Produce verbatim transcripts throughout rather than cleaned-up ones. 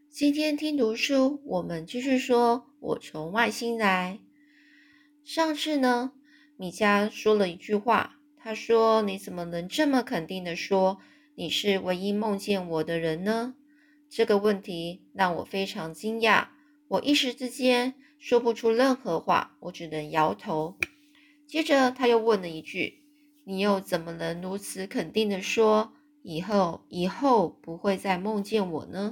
今天听读书，我们继续说我从外星来。上次呢，米迦说了一句话，他说：你怎么能这么肯定的说你是唯一梦见我的人呢？这个问题让我非常惊讶，我一时之间说不出任何话，我只能摇头。接着他又问了一句：你又怎么能如此肯定的说以后以后不会再梦见我呢？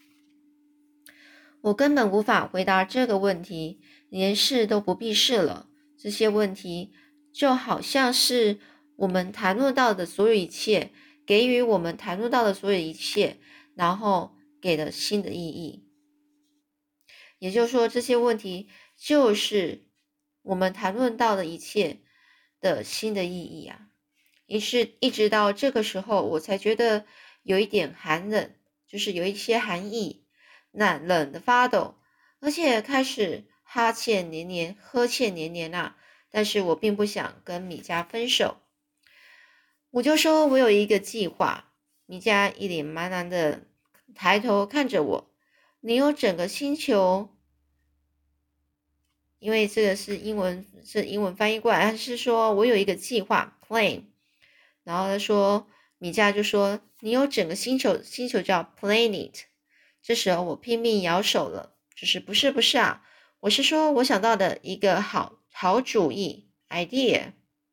我根本无法回答这个问题，连试都不必试了。这些问题就好像是我们谈论到的所有一切，给予我们谈论到的所有一切，然后给了新的意义。也就是说，这些问题就是我们谈论到的一切的新的意义啊。于是，一直到这个时候，我才觉得有一点寒冷，就是有一些寒意。那冷得发抖，而且开始哈欠连连，呵欠连连啊！但是我并不想跟米迦分手，我就说我有一个计划。米迦一脸茫然的抬头看着我，你有整个星球，因为这个是英文，是英文翻译过来，他是说我有一个计划 plan，然后他说米迦就说你有整个星球，星球叫 planet。这时候我拼命摇手了，就是不是不是啊，我是说我想到的一个好好主意 idea。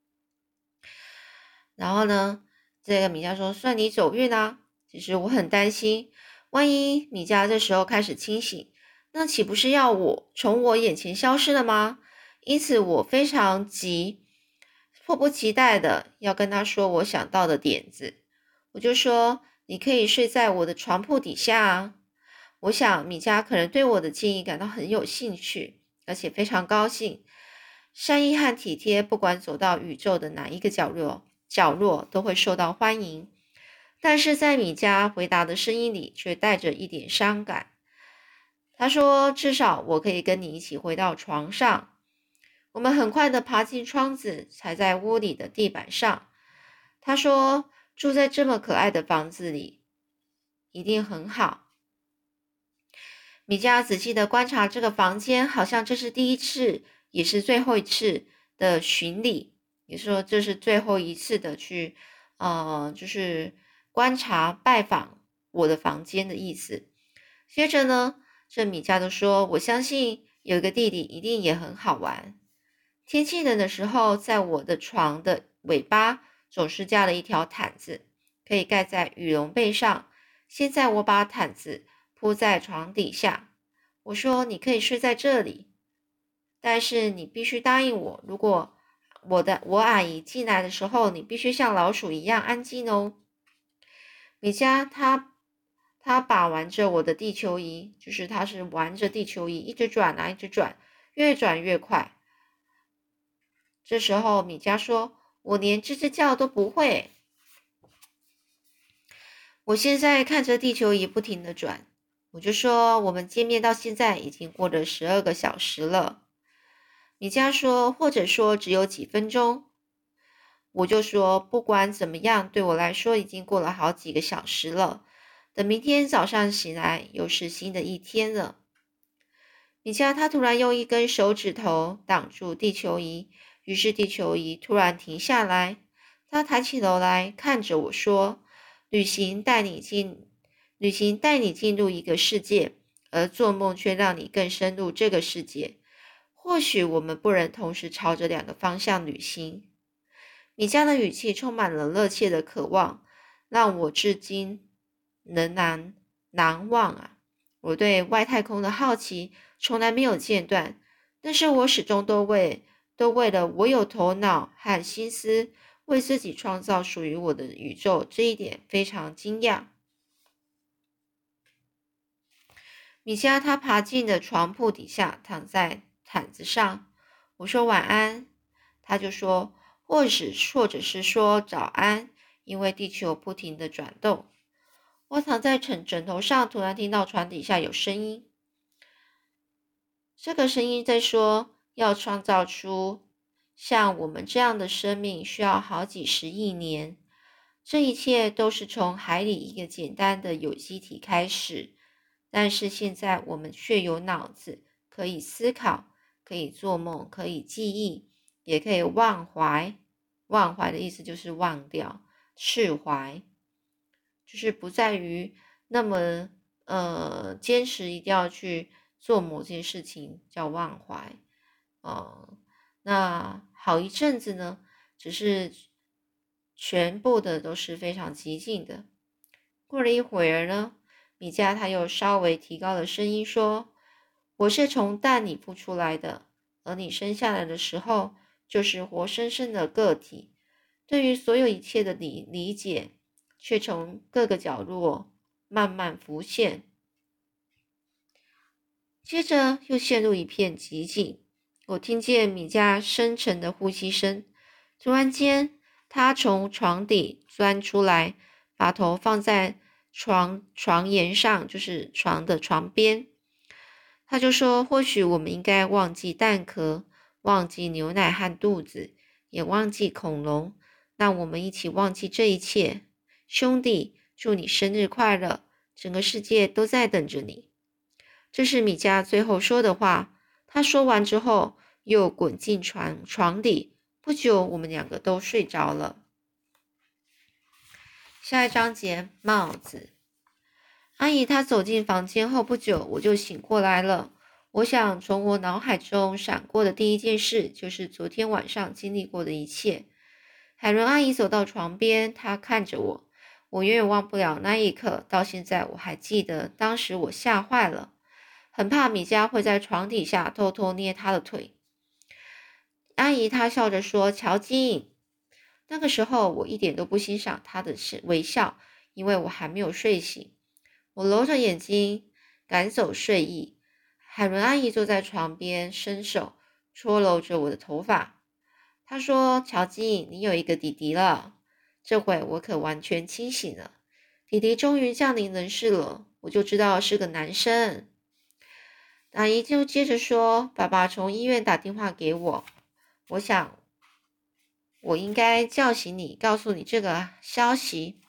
然后呢，这个米迦说算你走运啦。其实我很担心，万一米迦这时候开始清醒，那岂不是要我从我眼前消失了吗？因此我非常急，迫不及待的要跟他说我想到的点子。我就说你可以睡在我的床铺底下啊。我想米迦可能对我的建议感到很有兴趣，而且非常高兴。善意和体贴，不管走到宇宙的哪一个角落，角落都会受到欢迎。但是在米迦回答的声音里，却带着一点伤感。他说：“至少我可以跟你一起回到床上。”我们很快的爬进窗子，踩在屋里的地板上。他说：“住在这么可爱的房子里，一定很好。”米迦仔细的观察这个房间，好像这是第一次，也是最后一次的巡礼，也就是说这是最后一次的去，呃，就是观察拜访我的房间的意思。接着呢，这米迦就说：“我相信有一个弟弟一定也很好玩。天气冷的时候，在我的床的尾巴总是架了一条毯子，可以盖在羽绒被上。现在我把毯子铺在床底下，我说你可以睡在这里，但是你必须答应我，如果我的我阿姨进来的时候，你必须像老鼠一样安静哦。”米迦他他把玩着我的地球仪，就是他是玩着地球仪，一直转啊，一直转，越转越快。这时候米迦说：“我连吱吱叫都不会。”我现在看着地球仪不停地转，我就说：“我们见面到现在已经过了十二个小时了。”米迦说：“或者说只有几分钟。”我就说：“不管怎么样，对我来说已经过了好几个小时了。等明天早上醒来，又是新的一天了。”米迦他突然用一根手指头挡住地球仪，于是地球仪突然停下来。他抬起头来看着我说：“旅行带你进，旅行带你进入一个世界，而做梦却让你更深入这个世界。或许我们不能同时朝着两个方向旅行。”米迦的语气充满了热切的渴望，让我至今仍然难忘啊！我对外太空的好奇从来没有间断，但是我始终都为都为了我有头脑和心思为自己创造属于我的宇宙这一点非常惊讶。米迦他爬进了床铺底下，躺在毯子上。我说晚安，他就说或者或者是说早安，因为地球不停地转动。我躺在枕枕头上，突然听到床底下有声音。这个声音在说，要创造出像我们这样的生命需要好几十亿年。这一切都是从海里一个简单的有机体开始。 但是现在我们却有脑子，可以思考，可以做梦，可以记忆，也可以忘怀。忘怀的意思就是忘掉，释怀，就是不在于那么呃坚持一定要去做某件事情，叫忘怀。呃，那好一阵子呢，只是全部的都是非常激进的。过了一会儿呢，米迦他又稍微提高了声音说：我是从蛋里孵出来的，而你生下来的时候就是活生生的个体，对于所有一切的理理解却从各个角落慢慢浮现。接着又陷入一片寂静，我听见米迦深沉的呼吸声。突然间，他从床底钻出来，把头放在床床沿上，就是床的床边。他就说：或许我们应该忘记蛋壳，忘记牛奶和肚子，也忘记恐龙。让我们一起忘记这一切。兄弟，祝你生日快乐！整个世界都在等着你。这是米迦最后说的话。他说完之后，又滚进床床底。不久，我们两个都睡着了。下一章节，帽子。阿姨她走进房间后不久，我就醒过来了。我想，从我脑海中闪过的第一件事，就是昨天晚上经历过的一切。海伦阿姨走到床边，她看着我，我永远忘不了那一刻。到现在我还记得，当时我吓坏了，很怕米迦会在床底下偷偷捏她的腿。阿姨她笑着说：乔金。那个时候我一点都不欣赏她的微笑，因为我还没有睡醒。我揉着眼睛赶走睡意。海伦阿姨坐在床边，伸手搓揉着我的头发。她说：乔金，你有一个弟弟了。这会我可完全清醒了。弟弟终于降临人世了，我就知道是个男生。阿姨就接着说：爸爸从医院打电话给我，我想我应该叫醒你，告诉你这个消息。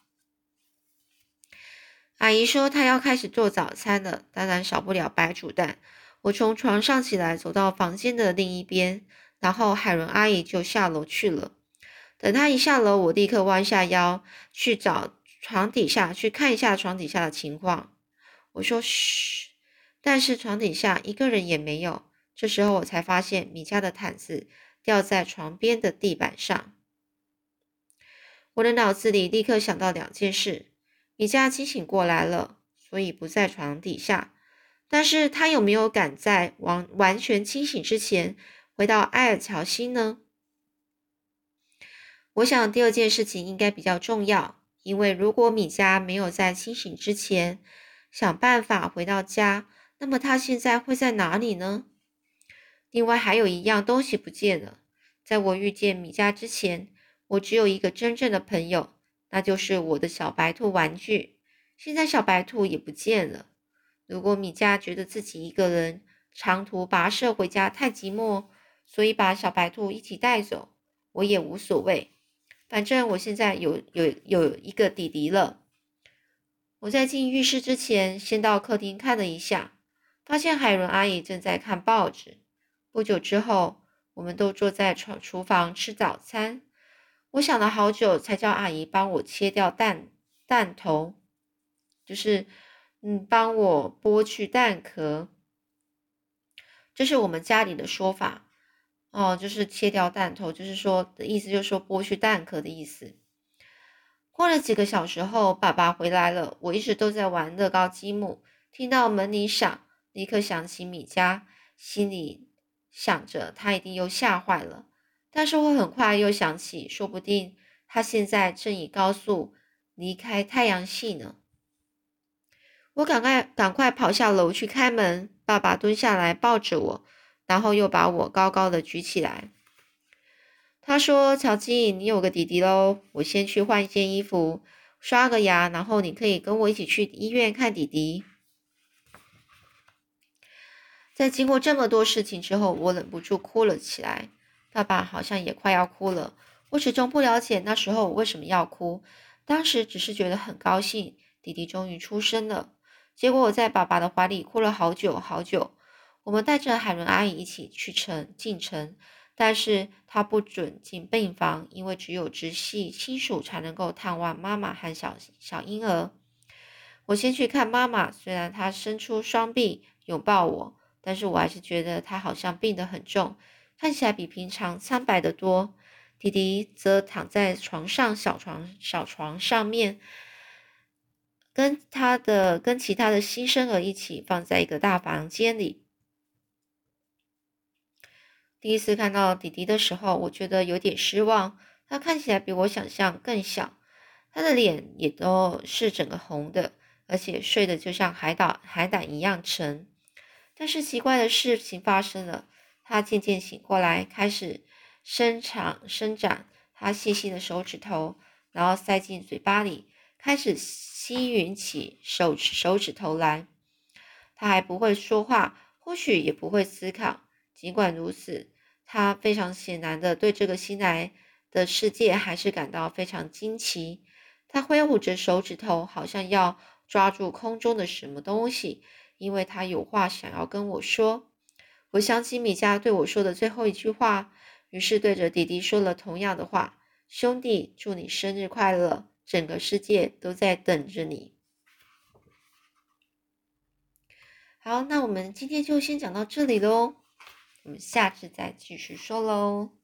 阿姨说她要开始做早餐了，当然少不了白煮蛋。我从床上起来，走到房间的另一边，然后海伦阿姨就下楼去了。等她一下楼，我立刻弯下腰去找床底下，去看一下床底下的情况。我说嘘，但是床底下一个人也没有。这时候我才发现米迦的毯子掉在床边的地板上。我的脑子里立刻想到两件事：米迦清醒过来了，所以不在床底下，但是他有没有赶在完完全清醒之前回到埃尔乔西呢？我想第二件事情应该比较重要，因为如果米迦没有在清醒之前想办法回到家，那么他现在会在哪里呢？另外还有一样东西不见了。在我遇见米迦之前，我只有一个真正的朋友，那就是我的小白兔玩具。现在小白兔也不见了。如果米迦觉得自己一个人长途跋涉回家太寂寞，所以把小白兔一起带走，我也无所谓。反正我现在有有有一个弟弟了。我在进浴室之前，先到客厅看了一下，发现海伦阿姨正在看报纸。不久之后，我们都坐在厨厨房吃早餐。我想了好久，才叫阿姨帮我切掉蛋蛋头，就是嗯，帮我剥去蛋壳。这是我们家里的说法哦，就是切掉蛋头，就是说的意思，就是说剥去蛋壳的意思。过了几个小时后，爸爸回来了。我一直都在玩乐高积木，听到门铃响，立刻想起米迦，心里想着他一定又吓坏了。但是我很快又想起，说不定他现在正以高速离开太阳系呢。我赶快赶快跑下楼去开门，爸爸蹲下来抱着我，然后又把我高高的举起来。他说：乔金，你有个弟弟咯，我先去换一件衣服，刷个牙，然后你可以跟我一起去医院看弟弟。在经过这么多事情之后，我忍不住哭了起来。爸爸好像也快要哭了。我始终不了解那时候我为什么要哭，当时只是觉得很高兴，弟弟终于出生了。 结果我在爸爸的怀里哭了好久好久。我们带着海伦阿姨一起去城进城，但是她不准进病房，因为只有直系亲属才能够探望妈妈和小小婴儿。我先去看妈妈，虽然她伸出双臂拥抱我，但是我还是觉得她好像病得很重，看起来比平常苍白得多。弟弟则躺在床上小床小床上面，跟他的跟其他的新生儿一起放在一个大房间里。第一次看到弟弟的时候，我觉得有点失望。他看起来比我想象更小，他的脸也都是整个红的，而且睡得就像海岛海胆一样沉。但是奇怪的事情发生了，他渐渐醒过来，开始伸长伸展他细细的手指头，然后塞进嘴巴里，开始吸吮起手手指头来。他还不会说话，或许也不会思考。尽管如此，他非常显然的对这个新来的世界还是感到非常惊奇。他挥舞着手指头，好像要抓住空中的什么东西，因为他有话想要跟我说。我想起米迦对我说的最后一句话，于是对着弟弟说了同样的话：兄弟，祝你生日快乐，整个世界都在等着你。好，那我们今天就先讲到这里喽，我们下次再继续说喽。